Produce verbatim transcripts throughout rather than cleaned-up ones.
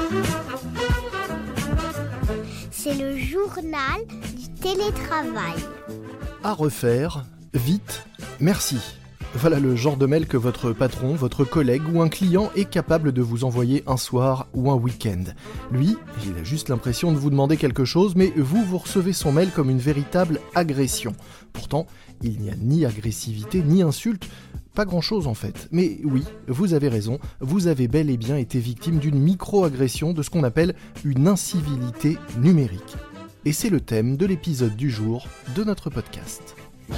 C'est le journal du télétravail. À refaire, vite, merci. Voilà le genre de mail que votre patron, votre collègue ou un client est capable de vous envoyer un soir ou un week-end. Lui, il a juste l'impression de vous demander quelque chose, mais vous, vous recevez son mail comme une véritable agression. Pourtant, il n'y a ni agressivité ni insulte, pas grand-chose en fait. Mais oui, vous avez raison, vous avez bel et bien été victime d'une micro-agression, de ce qu'on appelle une incivilité numérique. Et c'est le thème de l'épisode du jour de notre podcast.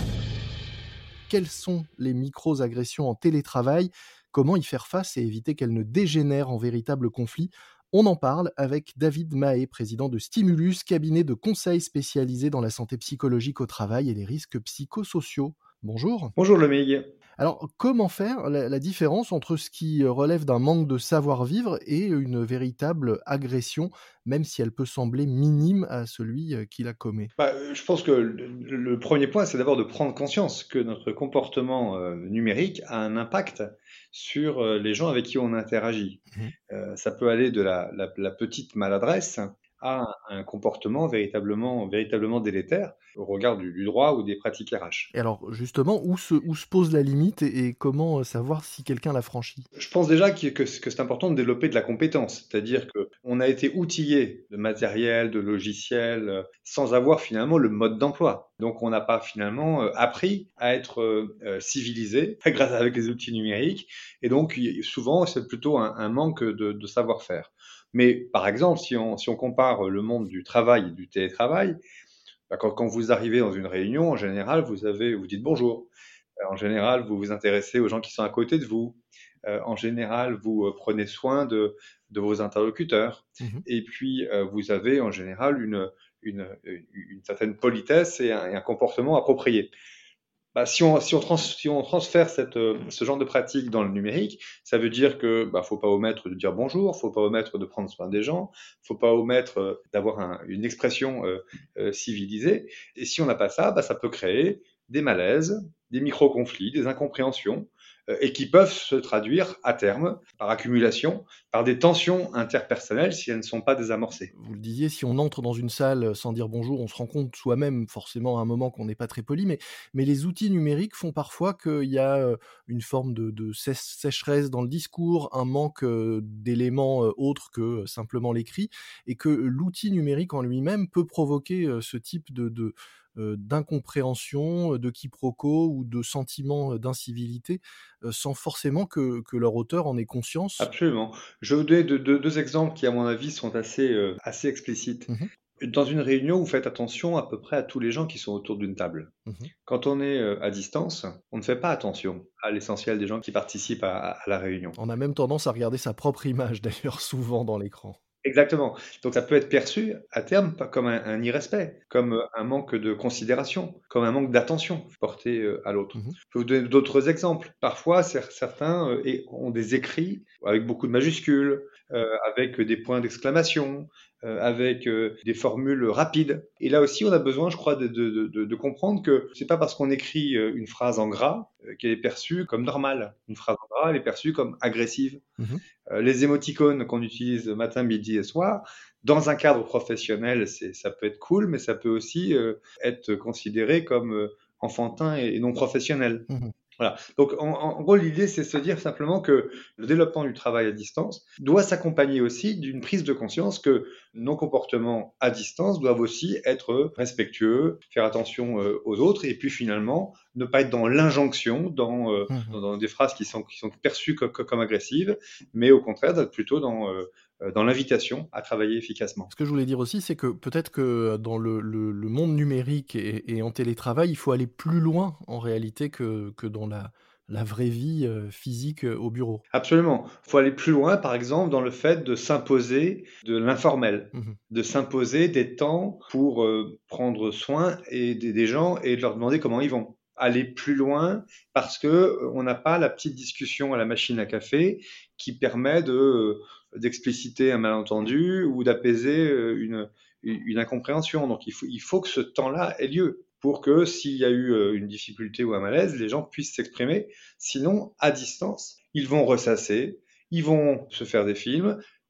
Quelles sont les micro-agressions en télétravail ? Comment y faire face et éviter qu'elles ne dégénèrent en véritables conflits ? On en parle avec David Mahé, président de Stimulus, cabinet de conseil spécialisé dans la santé psychologique au travail et les risques psychosociaux. Bonjour. Bonjour Lemig. Alors, comment faire la, la différence entre ce qui relève d'un manque de savoir-vivre et une véritable agression, même si elle peut sembler minime à celui qui la commet ? Bah, je pense que le, le premier point, c'est d'abord de prendre conscience que notre comportement euh, numérique a un impact sur euh, les gens avec qui on interagit. Mmh. Euh, ça peut aller de la, la, la petite maladresse à un comportement véritablement, véritablement délétère au regard du, du droit ou des pratiques R H. Et alors justement, où se, où se pose la limite et, et comment savoir si quelqu'un l'a franchi ? Je pense déjà que, que, que c'est important de développer de la compétence, c'est-à-dire qu'on a été outillé de matériel, de logiciel, euh, sans avoir finalement le mode d'emploi. Donc on n'a pas finalement euh, appris à être euh, civilisé grâce avec les outils numériques, et donc souvent c'est plutôt un, un manque de, de savoir-faire. Mais par exemple, si on, si on compare le monde du travail et du télétravail, bah, quand, quand vous arrivez dans une réunion, en général, vous, avez, vous dites bonjour. Euh, en général, vous vous intéressez aux gens qui sont à côté de vous. Euh, en général, vous euh, prenez soin de, de vos interlocuteurs. Mmh. Et puis, euh, vous avez en général une, une, une certaine politesse et un, et un comportement approprié. Bah, si, on, si, on trans, si on transfère cette, euh, ce genre de pratique dans le numérique, ça veut dire que bah, faut pas omettre de dire bonjour, faut pas omettre de prendre soin des gens, faut pas omettre euh, d'avoir un, une expression euh, euh, civilisée. Et si on n'a pas ça, bah, ça peut créer des malaises, des micro-conflits, des incompréhensions, euh, et qui peuvent se traduire à terme par accumulation, par des tensions interpersonnelles si elles ne sont pas désamorcées. Vous le disiez, si on entre dans une salle sans dire bonjour, on se rend compte soi-même forcément à un moment qu'on n'est pas très poli, mais, mais les outils numériques font parfois qu'il y a une forme de, de sécheresse dans le discours, un manque d'éléments autres que simplement l'écrit, et que l'outil numérique en lui-même peut provoquer ce type de... de d'incompréhension, de quiproquo ou de sentiment d'incivilité, sans forcément que, que leur auteur en ait conscience. Absolument. Je vais vous donner deux, deux, deux exemples qui, à mon avis, sont assez, euh, assez explicites. Mmh. Dans une réunion, vous faites attention à peu près à tous les gens qui sont autour d'une table. Mmh. Quand on est à distance, on ne fait pas attention à l'essentiel des gens qui participent à, à la réunion. On a même tendance à regarder sa propre image, d'ailleurs, souvent dans l'écran. Exactement. Donc ça peut être perçu à terme comme un, un irrespect, comme un manque de considération, comme un manque d'attention porté à l'autre. Mmh. Je vais vous donner d'autres exemples. Parfois, certains ont des écrits avec beaucoup de majuscules, euh, avec des points d'exclamation, euh, avec euh, des formules rapides. Et là aussi, on a besoin, je crois, de, de, de, de comprendre que c'est pas parce qu'on écrit une phrase en gras euh, qu'elle est perçue comme normale. Une phrase en gras, elle est perçue comme agressive. Mmh. Euh, les émoticônes qu'on utilise matin, midi et soir, dans un cadre professionnel, c'est, ça peut être cool, mais ça peut aussi euh, être considéré comme euh, enfantin et, et non professionnel. Mmh. Voilà. Donc, en, en gros, l'idée, c'est de se dire simplement que le développement du travail à distance doit s'accompagner aussi d'une prise de conscience que nos comportements à distance doivent aussi être respectueux, faire attention euh, aux autres, et puis finalement, ne pas être dans l'injonction, dans, euh, mmh. dans, dans des phrases qui sont, qui sont perçues comme, comme agressives, mais au contraire, d'être plutôt dans... Euh, dans l'invitation à travailler efficacement. Ce que je voulais dire aussi, c'est que peut-être que dans le, le, le monde numérique et, et en télétravail, il faut aller plus loin en réalité que, que dans la, la vraie vie physique au bureau. Absolument. Il faut aller plus loin, par exemple, dans le fait de s'imposer de l'informel, mmh. de s'imposer des temps pour euh, prendre soin et des, des gens et de leur demander comment ils vont. Aller plus loin parce que on n'a pas la petite discussion à la machine à café qui permet de d'expliciter un malentendu ou d'apaiser une, une incompréhension. Donc il faut, il faut que ce temps-là ait lieu pour que s'il y a eu une difficulté ou un malaise, les gens puissent s'exprimer. Sinon, à distance, ils vont ressasser, ils vont se faire des films,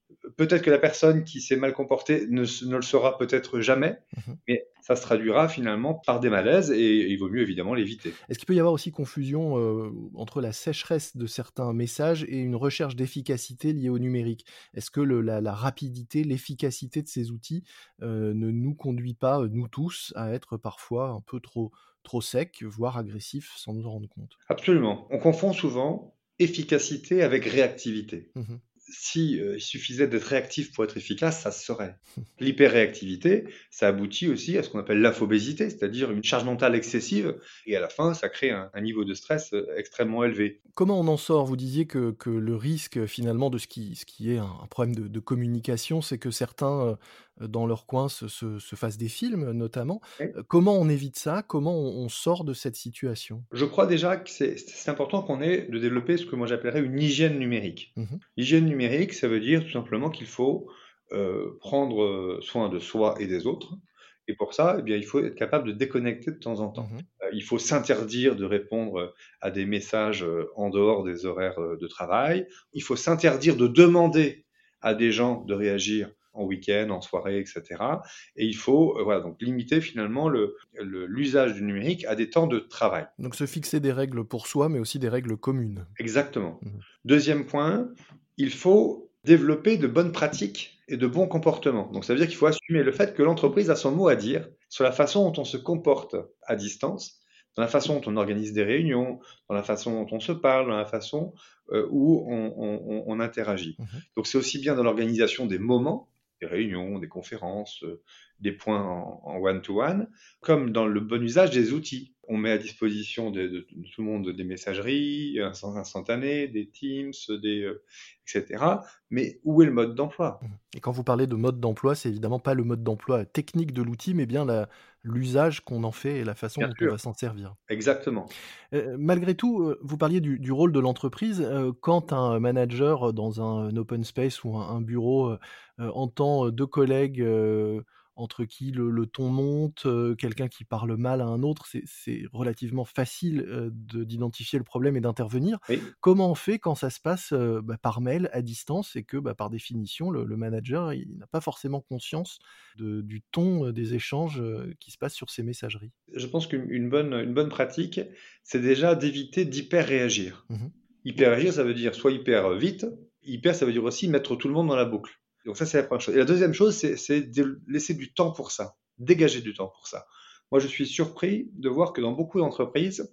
Peut-être que la personne qui s'est mal comportée ne, ne le saura peut-être jamais, mmh. mais ça se traduira finalement par des malaises et il vaut mieux évidemment l'éviter. Est-ce qu'il peut y avoir aussi confusion euh, entre la sécheresse de certains messages et une recherche d'efficacité liée au numérique ? Est-ce que le, la, la rapidité, l'efficacité de ces outils euh, ne nous conduit pas, nous tous, à être parfois un peu trop, trop secs, voire agressifs sans nous en rendre compte ? Absolument. On confond souvent efficacité avec réactivité. Mmh. Si euh, il suffisait d'être réactif pour être efficace, ça se saurait. L'hyperréactivité, ça aboutit aussi à ce qu'on appelle l'infobésité, c'est-à-dire une charge mentale excessive, et à la fin, ça crée un, un niveau de stress extrêmement élevé. Comment on en sort ? Vous disiez que, que le risque, finalement, de ce qui, ce qui est un, un problème de, de communication, c'est que certains, euh, dans leur coin, se, se, se fassent des films, notamment. Oui. Euh, comment on évite ça ? Comment on, on sort de cette situation ? Je crois déjà que c'est, c'est important qu'on ait de développer ce que moi j'appellerais une hygiène numérique. Mmh. L'hygiène numérique, ça veut dire tout simplement qu'il faut euh, prendre soin de soi et des autres. Et pour ça, eh bien, il faut être capable de déconnecter de temps en temps. Mmh. Euh, il faut s'interdire de répondre à des messages en dehors des horaires de travail. Il faut s'interdire de demander à des gens de réagir en week-end, en soirée, et cetera. Et il faut euh, voilà, donc limiter finalement le, le, l'usage du numérique à des temps de travail. Donc se fixer des règles pour soi, mais aussi des règles communes. Exactement. Mmh. Deuxième point, il faut développer de bonnes pratiques et de bons comportements. Donc ça veut dire qu'il faut assumer le fait que l'entreprise a son mot à dire sur la façon dont on se comporte à distance, dans la façon dont on organise des réunions, dans la façon dont on se parle, dans la façon euh, où on, on, on interagit. Mmh. Donc c'est aussi bien dans l'organisation des moments, des réunions, des conférences, euh, des points en, en one-to-one, comme dans le bon usage des outils. On met à disposition de, de, de tout le monde des messageries instantanées, des Teams, des, euh, et cetera. Mais où est le mode d'emploi ? Et quand vous parlez de mode d'emploi, c'est évidemment pas le mode d'emploi technique de l'outil, mais bien la, l'usage qu'on en fait et la façon bien dont sûr. On va s'en servir. Exactement. Euh, malgré tout, vous parliez du, du rôle de l'entreprise. Euh, quand un manager dans un, un open space ou un, un bureau euh, entend deux collègues euh, entre qui le, le ton monte, euh, quelqu'un qui parle mal à un autre, c'est, c'est relativement facile euh, de, d'identifier le problème et d'intervenir. Oui. Comment on fait quand ça se passe euh, bah, par mail, à distance, et que bah, par définition, le, le manager il n'a pas forcément conscience de, du ton euh, des échanges euh, qui se passent sur ces messageries ? Je pense qu'une une bonne, une bonne pratique, c'est déjà d'éviter d'hyper-réagir. Mmh. Hyper-réagir, ça veut dire soit hyper vite, hyper, ça veut dire aussi mettre tout le monde dans la boucle. Donc ça, c'est la première chose. Et la deuxième chose, c'est, c'est de laisser du temps pour ça, dégager du temps pour ça. Moi, je suis surpris de voir que dans beaucoup d'entreprises,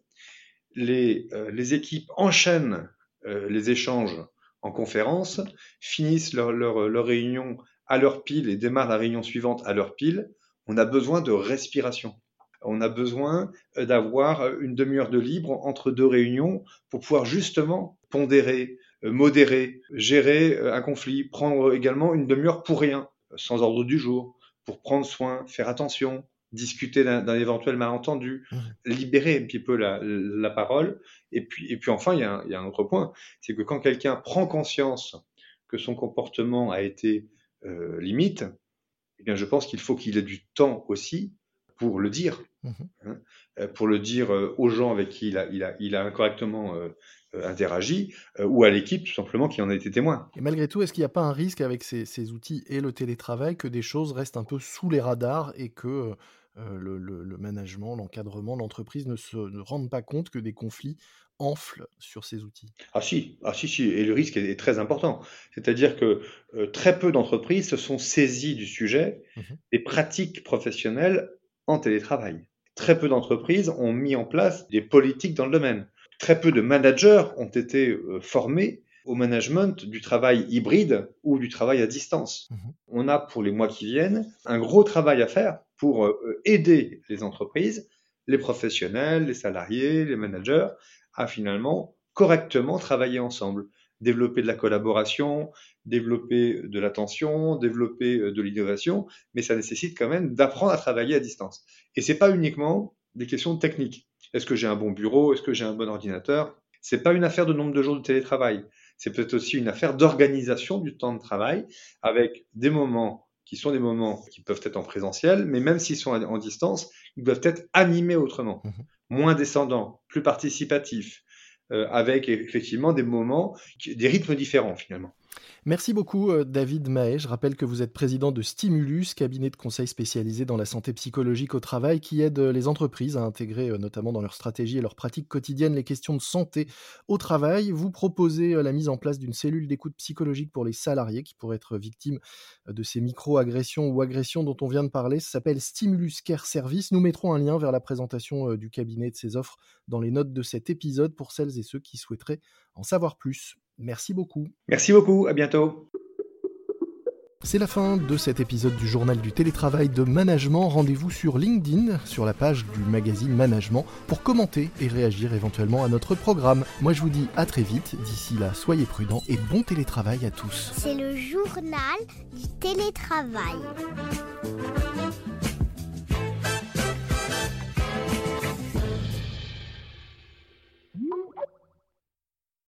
les, euh, les équipes enchaînent euh, les échanges en conférence, finissent leur, leur, leur réunion à leur pile et démarrent la réunion suivante à leur pile. On a besoin de respiration. On a besoin d'avoir une demi-heure de libre entre deux réunions pour pouvoir justement pondérer, modérer, gérer un conflit, prendre également une demi-heure pour rien, sans ordre du jour, pour prendre soin, faire attention, discuter d'un, d'un éventuel malentendu, mmh. libérer un petit peu la, la parole. Et puis, et puis enfin, il y, a un, il y a un autre point, c'est que quand quelqu'un prend conscience que son comportement a été euh, limite, eh bien, je pense qu'il faut qu'il ait du temps aussi pour le dire, mmh. hein, pour le dire aux gens avec qui il a, il a, il a incorrectement euh, interagi, euh, ou à l'équipe tout simplement qui en a été témoin. Et malgré tout, est-ce qu'il n'y a pas un risque avec ces, ces outils et le télétravail que des choses restent un peu sous les radars et que euh, le, le, le management, l'encadrement, l'entreprise ne se ne rendent pas compte que des conflits enflent sur ces outils ? Ah si, ah si, si, et le risque est, est très important. C'est-à-dire que euh, très peu d'entreprises se sont saisies du sujet mmh. des pratiques professionnelles en télétravail. Très peu d'entreprises ont mis en place des politiques dans le domaine. Très peu de managers ont été euh, formés au management du travail hybride ou du travail à distance. Mmh. On a pour les mois qui viennent un gros travail à faire pour euh, aider les entreprises, les professionnels, les salariés, les managers à finalement correctement travailler ensemble, développer de la collaboration, développer de l'attention, développer de l'innovation, mais ça nécessite quand même d'apprendre à travailler à distance. Et c'est pas uniquement des questions techniques. Est-ce que j'ai un bon bureau? Est-ce que j'ai un bon ordinateur? C'est pas une affaire de nombre de jours de télétravail. C'est peut-être aussi une affaire d'organisation du temps de travail avec des moments qui sont des moments qui peuvent être en présentiel, mais même s'ils sont en distance, ils doivent être animés autrement, mmh. moins descendants, plus participatifs, euh, avec effectivement des moments, des rythmes différents finalement. Merci beaucoup euh, David Mahé. Je rappelle que vous êtes président de Stimulus, cabinet de conseil spécialisé dans la santé psychologique au travail qui aide euh, les entreprises à intégrer euh, notamment dans leur stratégie et leurs pratiques quotidiennes les questions de santé au travail. Vous proposez euh, la mise en place d'une cellule d'écoute psychologique pour les salariés qui pourraient être victimes euh, de ces micro-agressions ou agressions dont on vient de parler. Ça s'appelle Stimulus Care Service. Nous mettrons un lien vers la présentation euh, du cabinet et de ses offres dans les notes de cet épisode pour celles et ceux qui souhaiteraient en savoir plus. Merci beaucoup. Merci beaucoup, à bientôt. C'est la fin de cet épisode du journal du télétravail de Management. Rendez-vous sur LinkedIn, sur la page du magazine Management, pour commenter et réagir éventuellement à notre programme. Moi je vous dis à très vite, d'ici là soyez prudents et bon télétravail à tous. C'est le journal du télétravail.